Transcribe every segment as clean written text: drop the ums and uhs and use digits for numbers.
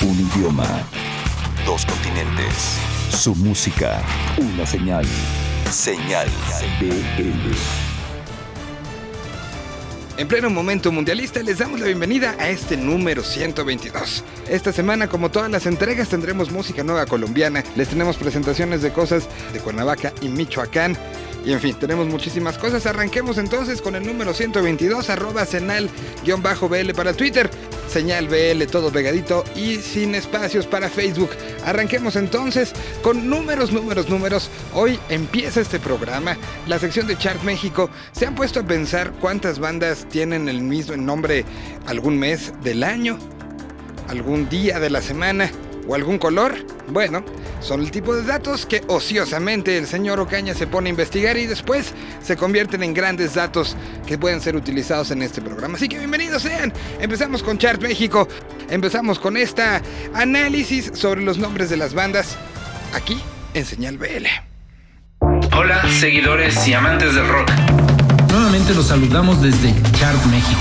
Un idioma. Dos continentes. Su música. Una señal. Señal BL. En pleno momento mundialista les damos la bienvenida a este número 122. Esta semana, como todas las entregas, tendremos música nueva colombiana. Les tenemos presentaciones de cosas de Cuernavaca y Michoacán. Y en fin, tenemos muchísimas cosas. Arranquemos entonces con el número 122, @senal_BL para Twitter, Señal BL todo pegadito y sin espacios para Facebook. Arranquemos entonces con números. Hoy empieza este programa, la sección de Chart México. ¿Se han puesto a pensar cuántas bandas tienen el mismo nombre algún mes del año, algún día de la semana o algún color? Bueno, son el tipo de datos que ociosamente el señor Ocaña se pone a investigar y después se convierten en grandes datos que pueden ser utilizados en este programa. Así que bienvenidos sean. Empezamos con Chart México. Empezamos con esta análisis sobre los nombres de las bandas aquí en Señal BL. Hola, seguidores y amantes del rock. Nuevamente los saludamos desde Chart México.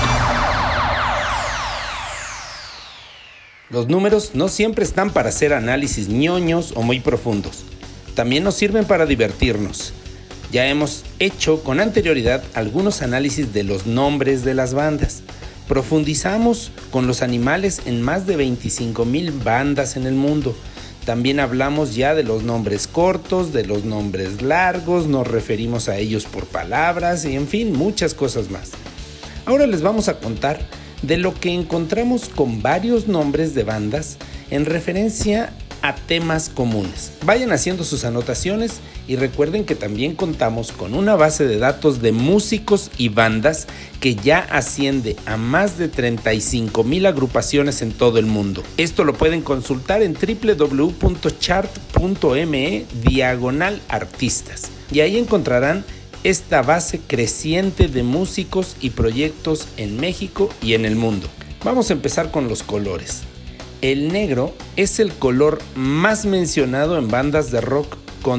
Los números no siempre están para hacer análisis ñoños o muy profundos. También nos sirven para divertirnos. Ya hemos hecho con anterioridad algunos análisis de los nombres de las bandas. Profundizamos con los animales en más de 25,000 bandas en el mundo. También hablamos ya de los nombres cortos, de los nombres largos, nos referimos a ellos por palabras y en fin, muchas cosas más. Ahora les vamos a contar de lo que encontramos con varios nombres de bandas en referencia a temas comunes. Vayan haciendo sus anotaciones y recuerden que también contamos con una base de datos de músicos y bandas que ya asciende a más de 35,000 agrupaciones en todo el mundo. Esto lo pueden consultar en www.chart.me/artistas y ahí encontrarán esta base creciente de músicos y proyectos en México y en el mundo. Vamos a empezar con los colores. El negro es el color más mencionado en bandas de rock con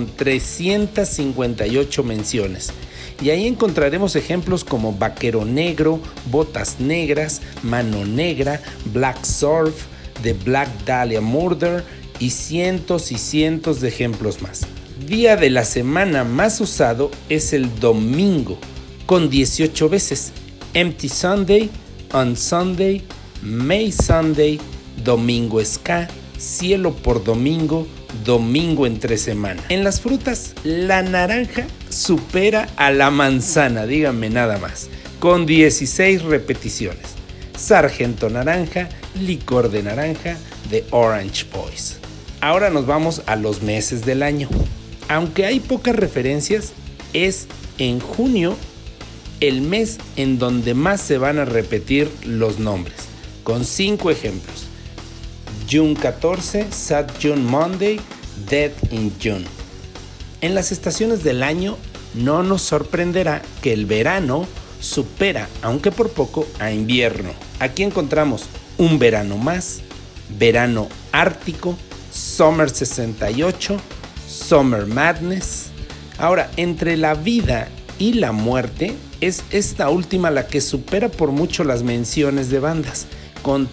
358 menciones. Y ahí encontraremos ejemplos como Vaquero Negro, Botas Negras, Mano Negra, Black Surf, The Black Dahlia Murder y cientos de ejemplos más. Día de la semana más usado es el domingo, con 18 veces. Empty Sunday, On Sunday, May Sunday, Domingo Ska, Cielo por Domingo, Domingo entre semana. En las frutas, la naranja supera a la manzana, díganme nada más, con 16 repeticiones. Sargento Naranja, Licor de Naranja, The Orange Boys. Ahora nos vamos a los meses del año. Aunque hay pocas referencias, es en junio el mes en donde más se van a repetir los nombres, con 5 ejemplos. June 14, Sad June Monday, Dead in June. En las estaciones del año no nos sorprenderá que el verano supera, aunque por poco, a invierno. Aquí encontramos Un Verano Más, Verano Ártico, Summer 68, Summer Madness. Ahora, entre la vida y la muerte, es esta última la que supera por mucho las menciones de bandas, con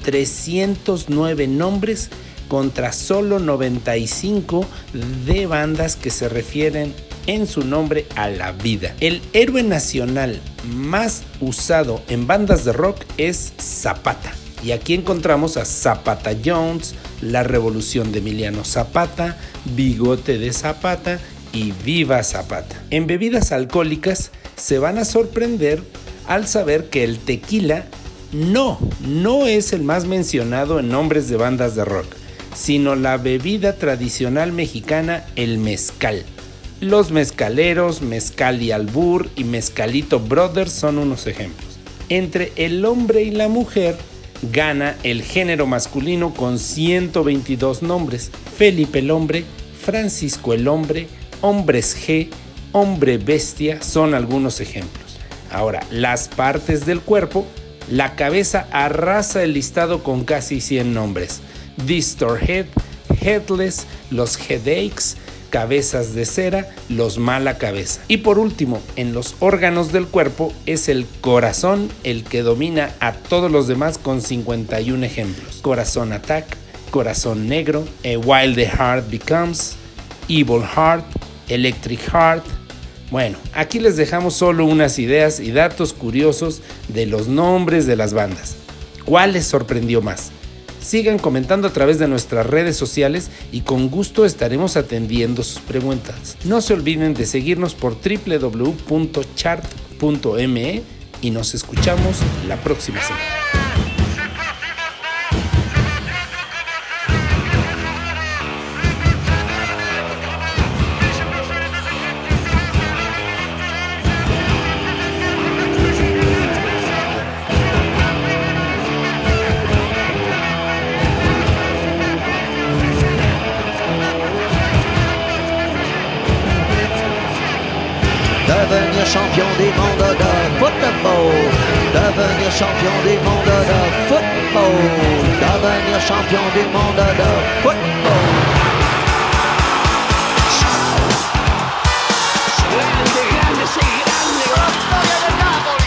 309 nombres contra solo 95 de bandas que se refieren en su nombre a la vida. El héroe nacional más usado en bandas de rock es Zapata. Y aquí encontramos a Zapata Jones, La Revolución de Emiliano Zapata, Bigote de Zapata y Viva Zapata. En bebidas alcohólicas se van a sorprender al saber que el tequila no es el más mencionado en nombres de bandas de rock, sino la bebida tradicional mexicana, el mezcal. Los mezcaleros, Mezcal y Albur y Mezcalito Brothers son unos ejemplos. Entre el hombre y la mujer, gana el género masculino con 122 nombres. Felipe el Hombre, Francisco el Hombre, Hombres G, Hombre Bestia son algunos ejemplos. Ahora, las partes del cuerpo, la cabeza arrasa el listado con casi 100 nombres. Distorhead, Headless, los Headaches, Cabezas de Cera, los Mala Cabeza. Y por último, en los órganos del cuerpo es el corazón el que domina a todos los demás con 51 ejemplos. Corazón Attack, Corazón Negro, A Wild the Heart Becomes, Evil Heart, Electric Heart. Bueno, aquí les dejamos solo unas ideas y datos curiosos de los nombres de las bandas. ¿Cuál les sorprendió más? Sigan comentando a través de nuestras redes sociales y con gusto estaremos atendiendo sus preguntas. No se olviden de seguirnos por www.chart.me y nos escuchamos la próxima semana. Devenir champion des mondes de football. Devenir champion des mondes de football. Devenir champion des mondes de football. Grande, grande, sei grande. La storia del Napoli.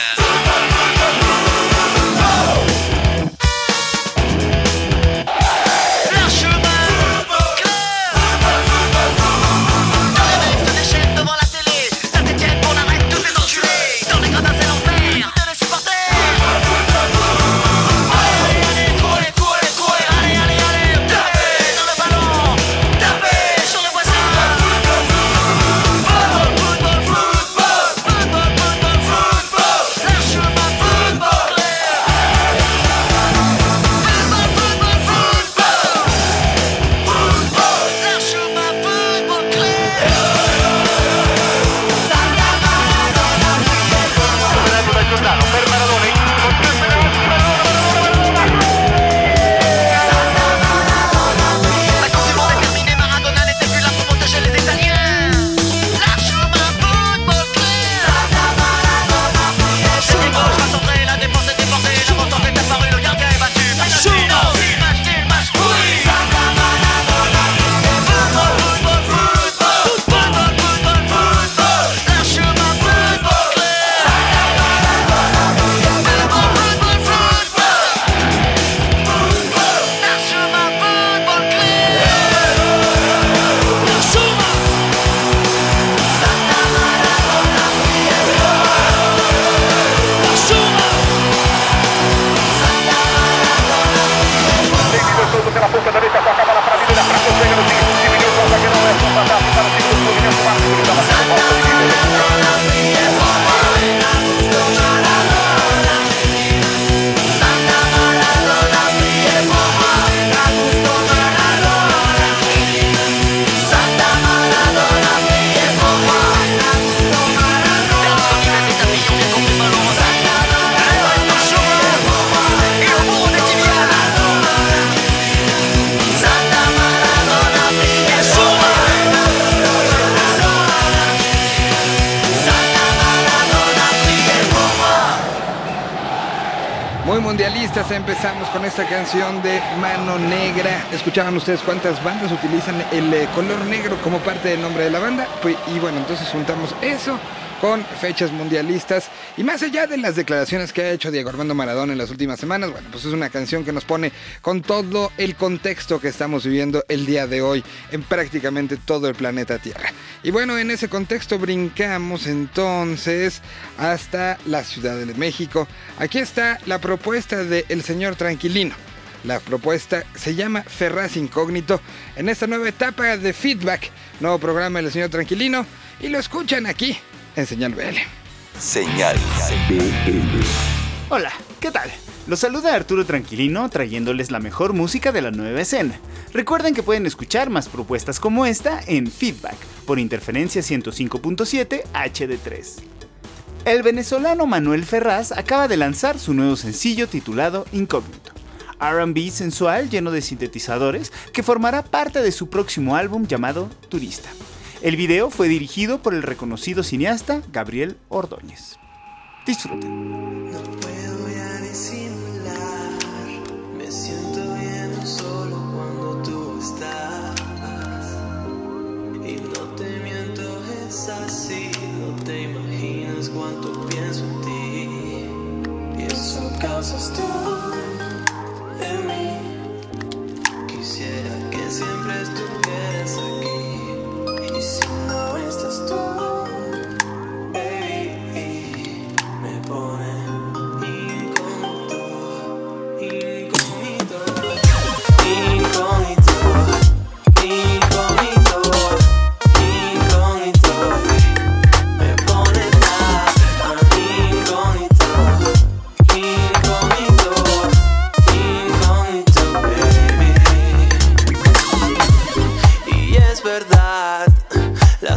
Mundialistas, empezamos con esta canción de Mano Negra. ¿Escuchaban ustedes cuántas bandas utilizan el color negro como parte del nombre de la banda? Y bueno, entonces juntamos eso con fechas mundialistas y más allá de las declaraciones que ha hecho Diego Armando Maradona en las últimas semanas, bueno, pues es una canción que nos pone con todo el contexto que estamos viviendo el día de hoy en prácticamente todo el planeta Tierra. Y bueno, en ese contexto brincamos entonces hasta la Ciudad de México. Aquí está la propuesta del señor Tranquilino. La propuesta se llama Ferraz Incógnito en esta nueva etapa de Feedback, nuevo programa del señor Tranquilino, y lo escuchan aquí en Señal BL. Señal BL. Hola, ¿qué tal? Los saluda Arturo Tranquilino trayéndoles la mejor música de la nueva escena. Recuerden que pueden escuchar más propuestas como esta en Feedback por Interferencia 105.7 HD3. El venezolano Manuel Ferraz acaba de lanzar su nuevo sencillo titulado Incógnito. R&B sensual lleno de sintetizadores que formará parte de su próximo álbum llamado Turista. El video fue dirigido por el reconocido cineasta Gabriel Ordóñez. Disfruten. No puedo ya disimular, me siento bien solo cuando tú estás. Y no te miento, es así, no te imaginas cuánto pienso en ti. Y eso causas tú en mí.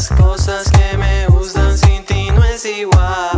las cosas que me gustan sin ti no es igual.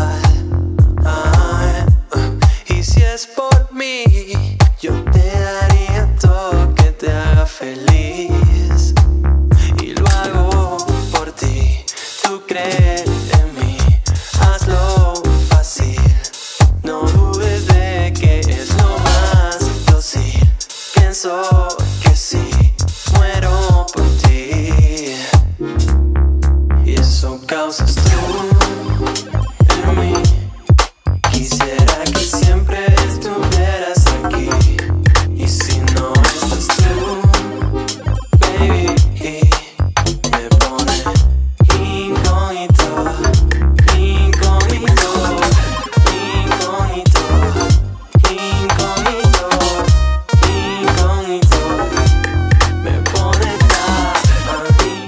Y si es por mí, yo te daría todo que te haga feliz. Y lo hago por ti, tú crees en mí, hazlo fácil. No dudes de que es lo más dócil. Pienso que sí, muero por ti. Y eso causas tú en mí. Quisiera que siempre estuvieras aquí. Y si no estás tú, baby, me pone incógnito, incógnito, incógnito, incógnito, incógnito. Me pone a mí.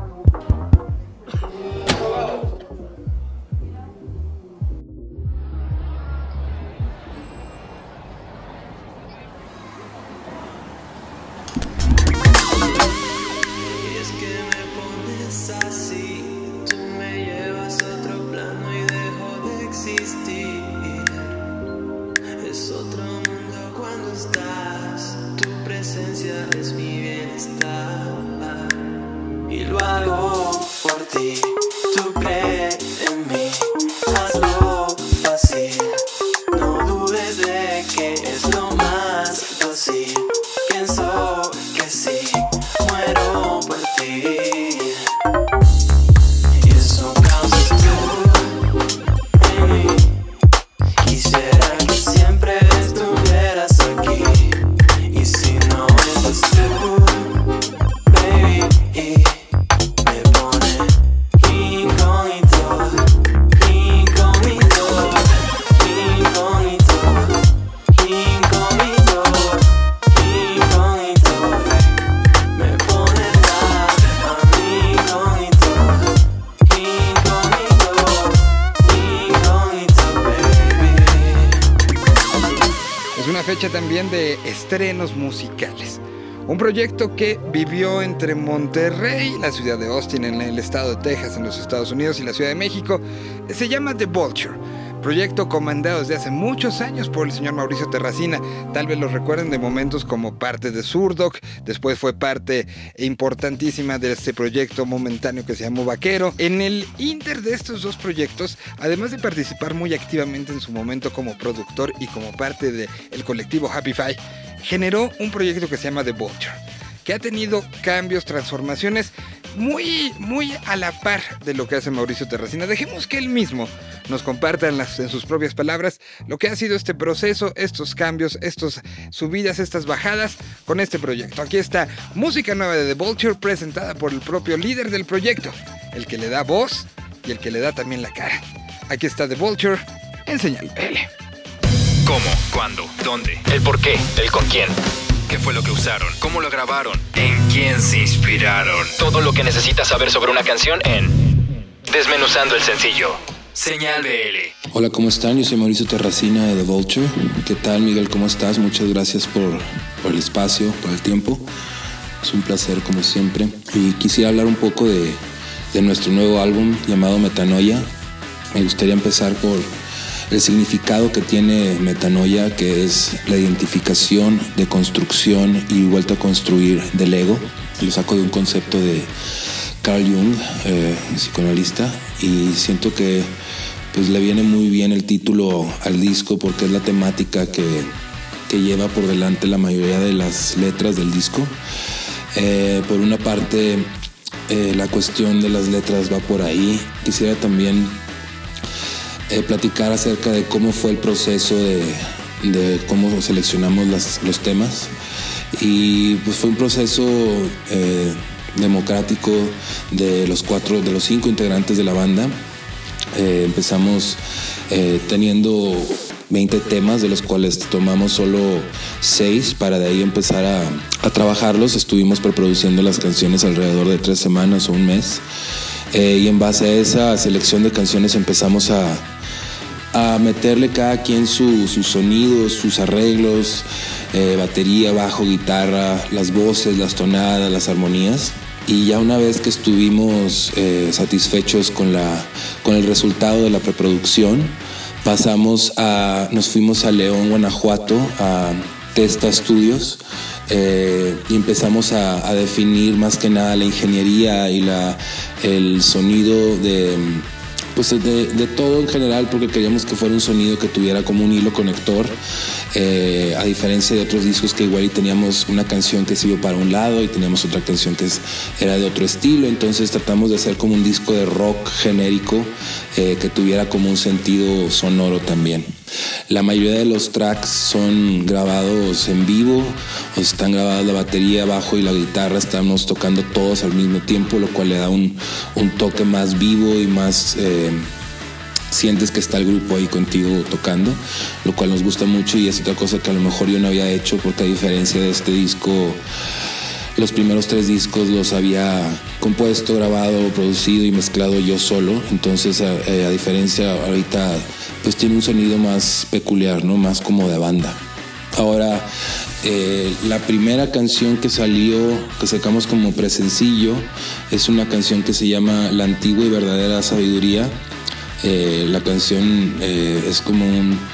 Y es que me pones así, tú me llevas a otro plano y dejo de existir. Es otro mundo cuando estás, tu presencia es mi bienestar. Y lo hago por ti, tú crees en mí, hazlo fácil. No dudes de que es lo más dócil. Pienso que sí, muero por ti. Y eso causas tú en mí. Quisiera que siempre estuvieras aquí. Y si no estás tú, baby, me pone incógnito, incógnito, incógnito, incógnito, incógnito. Me pone a mí incógnito, incógnito, incógnito, baby. Es una fecha también de estrenos musicales. Un proyecto que vivió entre Monterrey, la ciudad de Austin en el estado de Texas en los Estados Unidos y la Ciudad de México, se llama The Vulture. Proyecto comandado desde hace muchos años por el señor Mauricio Terracina. Tal vez lo recuerden de momentos como parte de Zurdok, después fue parte importantísima de este proyecto momentáneo que se llamó Vaquero. En el inter de estos dos proyectos, además de participar muy activamente en su momento como productor y como parte del colectivo Happy Five, generó un proyecto que se llama The Vulture, que ha tenido cambios, transformaciones muy a la par de lo que hace Mauricio Terracina. Dejemos que él mismo nos comparta en sus propias palabras lo que ha sido este proceso, estos cambios, estas subidas, estas bajadas con este proyecto. Aquí está música nueva de The Vulture presentada por el propio líder del proyecto, el que le da voz y el que le da también la cara. Aquí está The Vulture en Señal PL. ¿Cómo? ¿Cuándo? ¿Dónde? ¿El por qué? ¿El con quién? ¿Qué fue lo que usaron? ¿Cómo lo grabaron? ¿En quién se inspiraron? Todo lo que necesitas saber sobre una canción en Desmenuzando el Sencillo. Señal BL. Hola, ¿cómo están? Yo soy Mauricio Terracina de The Vulture. ¿Qué tal, Miguel? ¿Cómo estás? Muchas gracias por el espacio, por el tiempo. Es un placer, como siempre. Y quisiera hablar un poco de nuestro nuevo álbum llamado Metanoia. Me gustaría empezar por el significado que tiene metanoia, que es la identificación, de construcción y vuelta a construir del ego. Lo saco de un concepto de Carl Jung, psicoanalista, y siento que pues le viene muy bien el título al disco porque es la temática que lleva por delante la mayoría de las letras del disco. Por una parte, la cuestión de las letras va por ahí. Quisiera también platicar acerca de cómo fue el proceso de cómo seleccionamos los temas. Y pues fue un proceso democrático de los 5 integrantes de la banda. Empezamos teniendo 20 temas, de los cuales tomamos solo 6 para de ahí empezar a trabajarlos. Estuvimos preproduciendo las canciones alrededor de 3 semanas o un mes. Y en base a esa selección de canciones empezamos a meterle cada quien sus sonidos, sus arreglos, batería, bajo, guitarra, las voces, las tonadas, las armonías. Y ya una vez que estuvimos satisfechos con el resultado de la preproducción, nos fuimos a León, Guanajuato, a Testa Studios, y empezamos a definir más que nada la ingeniería y el sonido de todo en general, porque queríamos que fuera un sonido que tuviera como un hilo conector, a diferencia de otros discos que igual y teníamos una canción que se iba para un lado y teníamos otra canción que era de otro estilo. Entonces tratamos de hacer como un disco de rock genérico que tuviera como un sentido sonoro también. La mayoría de los tracks son grabados en vivo, o están grabadas la batería, bajo y la guitarra, estamos tocando todos al mismo tiempo, lo cual le da un toque más vivo y más sientes que está el grupo ahí contigo tocando, lo cual nos gusta mucho, y es otra cosa que a lo mejor yo no había hecho, porque a diferencia de este disco, los primeros 3 discos los había compuesto, grabado, producido y mezclado yo solo. Entonces a diferencia ahorita pues tiene un sonido más peculiar, ¿no? Más como de banda. Ahora, la primera canción que sacamos como presencillo, es una canción que se llama La Antigua y Verdadera Sabiduría. La canción es como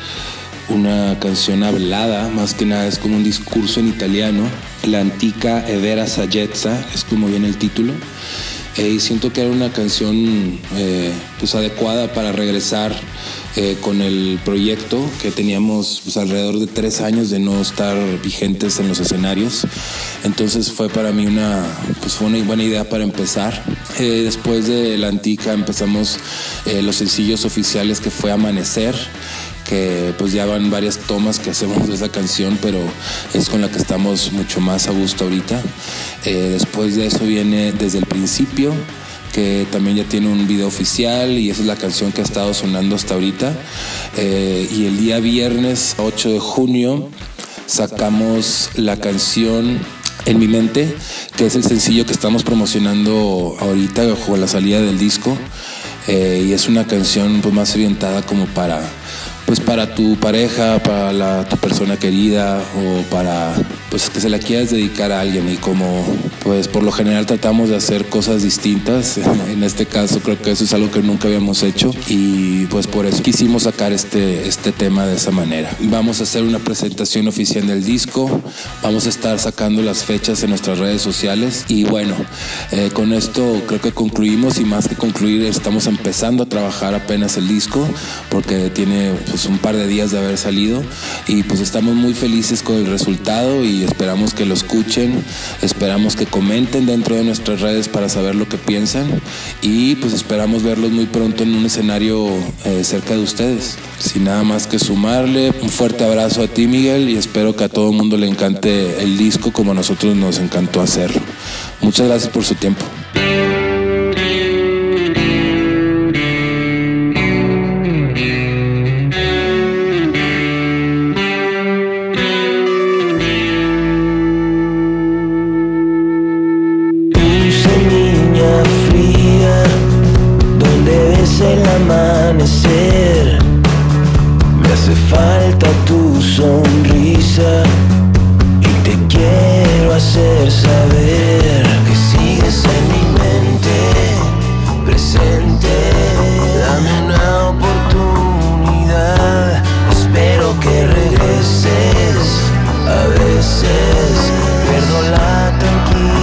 una canción hablada, más que nada es como un discurso en italiano. La Antica e Vera Saggezza es como viene el título. Y siento que era una canción pues adecuada para regresar con el proyecto, que teníamos pues alrededor de 3 años de no estar vigentes en los escenarios. Entonces fue para mí fue una buena idea para empezar. Después de La Antica empezamos los sencillos oficiales, que fue Amanecer, que pues ya van varias tomas que hacemos de esa canción, pero es con la que estamos mucho más a gusto ahorita. Después de eso viene Desde el Principio, que también ya tiene un video oficial, y esa es la canción que ha estado sonando hasta ahorita. Y el día viernes 8 de junio sacamos la canción En mi mente, que es el sencillo que estamos promocionando ahorita con la salida del disco. Y es una canción pues más orientada como para tu pareja, para tu persona querida, o para pues que se la quieras dedicar a alguien. Y como pues por lo general tratamos de hacer cosas distintas, en este caso creo que eso es algo que nunca habíamos hecho, y pues por eso quisimos sacar este tema de esa manera. Vamos a hacer una presentación oficial del disco, vamos a estar sacando las fechas en nuestras redes sociales, y bueno, con esto creo que concluimos, y más que concluir, estamos empezando a trabajar apenas el disco, porque tiene pues un par de días de haber salido, y pues estamos muy felices con el resultado, y esperamos que lo escuchen, esperamos que comenten dentro de nuestras redes para saber lo que piensan, y pues esperamos verlos muy pronto en un escenario cerca de ustedes. Sin nada más que sumarle, un fuerte abrazo a ti, Miguel, y espero que a todo el mundo le encante el disco como a nosotros nos encantó hacerlo. Muchas gracias por su tiempo. Amanecer, me hace falta tu sonrisa, y te quiero hacer saber que sigues en mi mente, presente. Dame una oportunidad, espero que regreses. A veces pierdo la tranquilidad.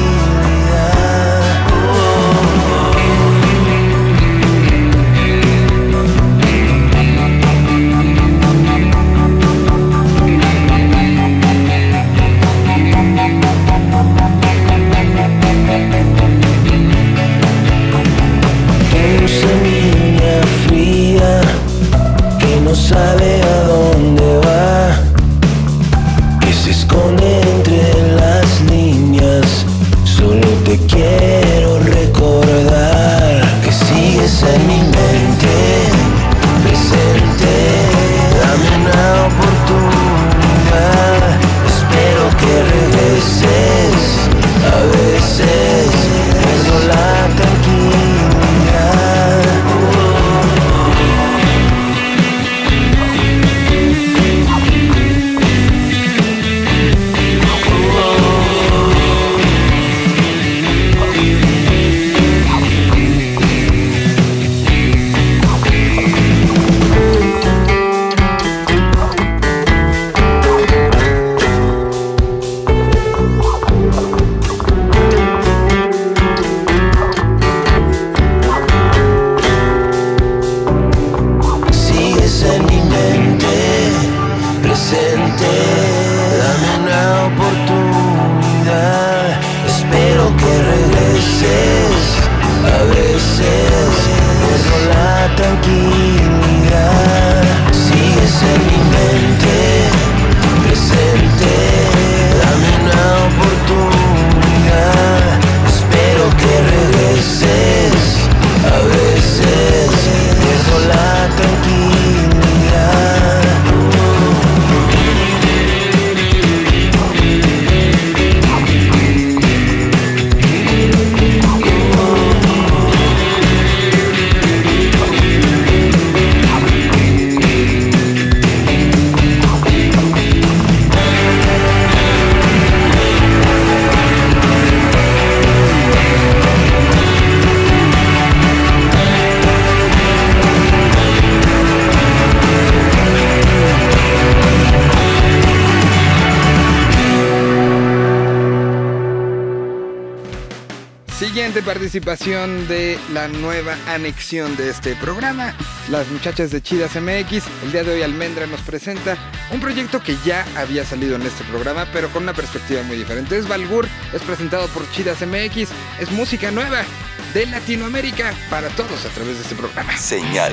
Siguiente participación de la nueva anexión de este programa, las muchachas de Chidas MX. El día de hoy Almendra nos presenta un proyecto que ya había salido en este programa, pero con una perspectiva muy diferente. Es Balgur, es presentado por Chidas MX, es música nueva de Latinoamérica para todos a través de este programa. Señal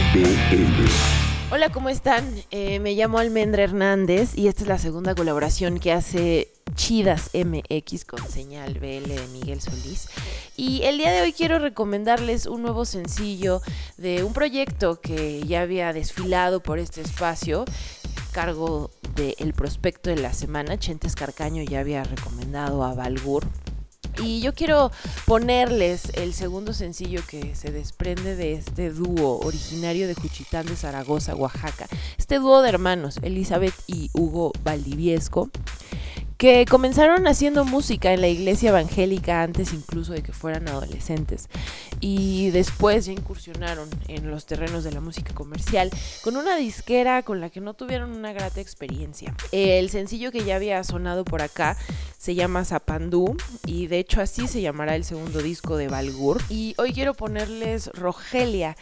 BL. Hola, ¿cómo están? Me llamo Almendra Hernández y esta es la segunda colaboración que hace Chidas MX con Señal BL de Miguel Solís. Y el día de hoy quiero recomendarles un nuevo sencillo de un proyecto que ya había desfilado por este espacio, cargo de El Prospecto de la Semana. Chentes Carcaño ya había recomendado a Balgur. Y yo quiero ponerles el segundo sencillo que se desprende de este dúo originario de Juchitán de Zaragoza, Oaxaca. Este dúo de hermanos, Elizabeth y Hugo Valdiviesco, que comenzaron haciendo música en la iglesia evangélica antes incluso de que fueran adolescentes, y después ya incursionaron en los terrenos de la música comercial con una disquera con la que no tuvieron una grata experiencia. El sencillo que ya había sonado por acá se llama Zapandú, y de hecho así se llamará el segundo disco de Balgur. Y hoy quiero ponerles Rogelia.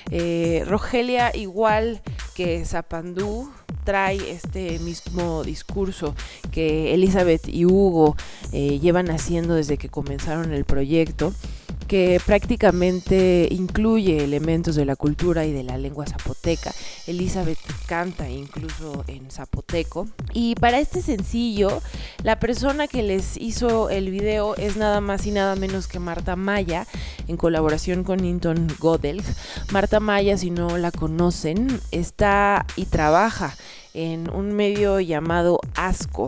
Rogelia, igual que Zapandú, trae este mismo discurso que Elizabeth y Hugo llevan haciendo desde que comenzaron el proyecto, que prácticamente incluye elementos de la cultura y de la lengua zapoteca. Elizabeth canta incluso en zapoteco. Y para este sencillo, la persona que les hizo el video es nada más y nada menos que Marta Maya, en colaboración con Ninton Godelg. Marta Maya, si no la conocen, está y trabaja en un medio llamado Asco.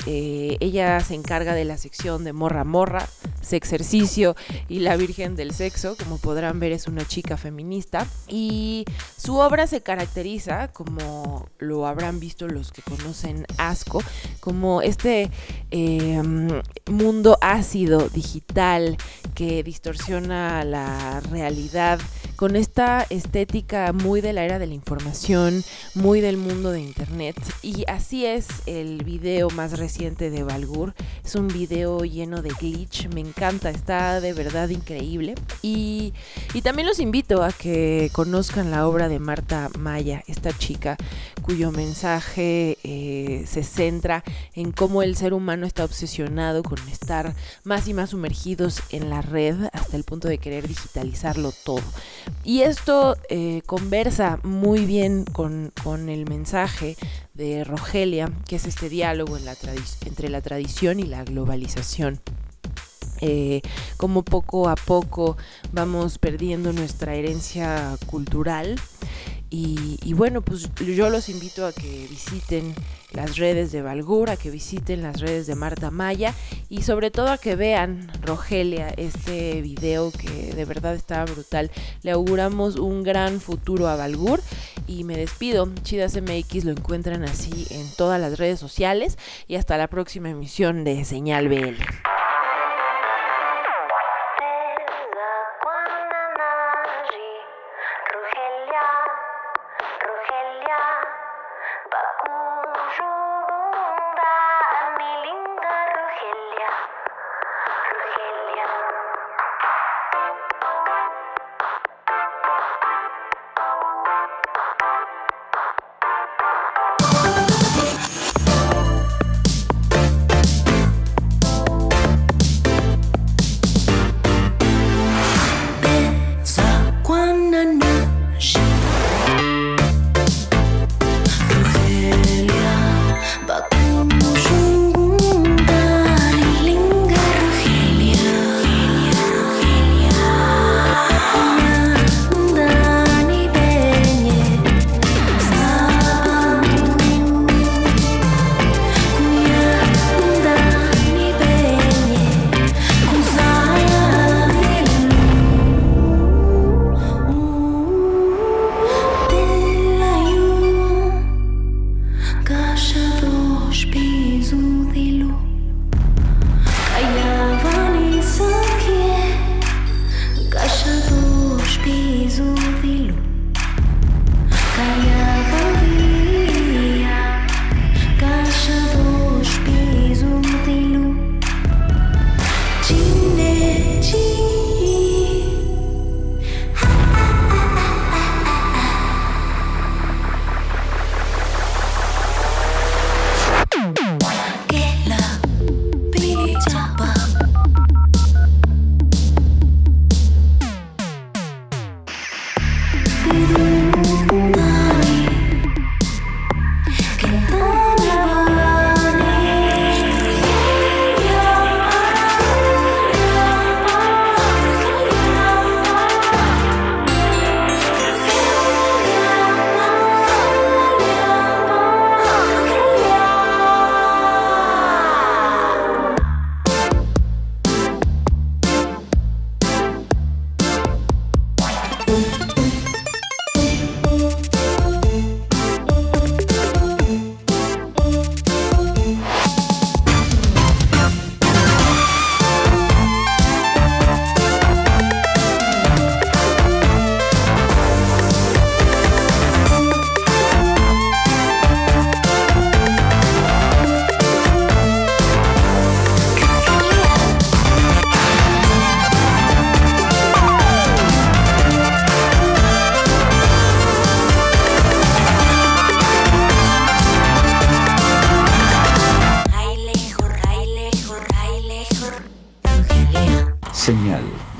Ella se encarga de la sección de Morra Morra, Sexercicio y La Virgen del Sexo. Como podrán ver, es una chica feminista y su obra se caracteriza, como lo habrán visto los que conocen Asco, como este mundo ácido digital que distorsiona la realidad, con esta estética muy de la era de la información, muy del mundo de internet. Y así es el video más reciente de Balgur. Es un video lleno de glitch, me encanta, está de verdad increíble. Y también los invito a que conozcan la obra de Marta Maya, esta chica cuyo mensaje se centra en cómo el ser humano está obsesionado con estar más y más sumergidos en la red hasta el punto de querer digitalizarlo todo. Y esto conversa muy bien con el mensaje de Rogelia, que es este diálogo entre la tradición y la globalización. Como poco a poco vamos perdiendo nuestra herencia cultural. Y bueno, pues yo los invito a que visiten las redes de Balgur, a que visiten las redes de Marta Maya y sobre todo a que vean Rogelia, este video que de verdad está brutal. Le auguramos un gran futuro a Balgur y me despido. Chidas MX lo encuentran así en todas las redes sociales y hasta la próxima emisión de Señal BL.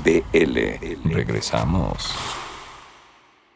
BL. Regresamos.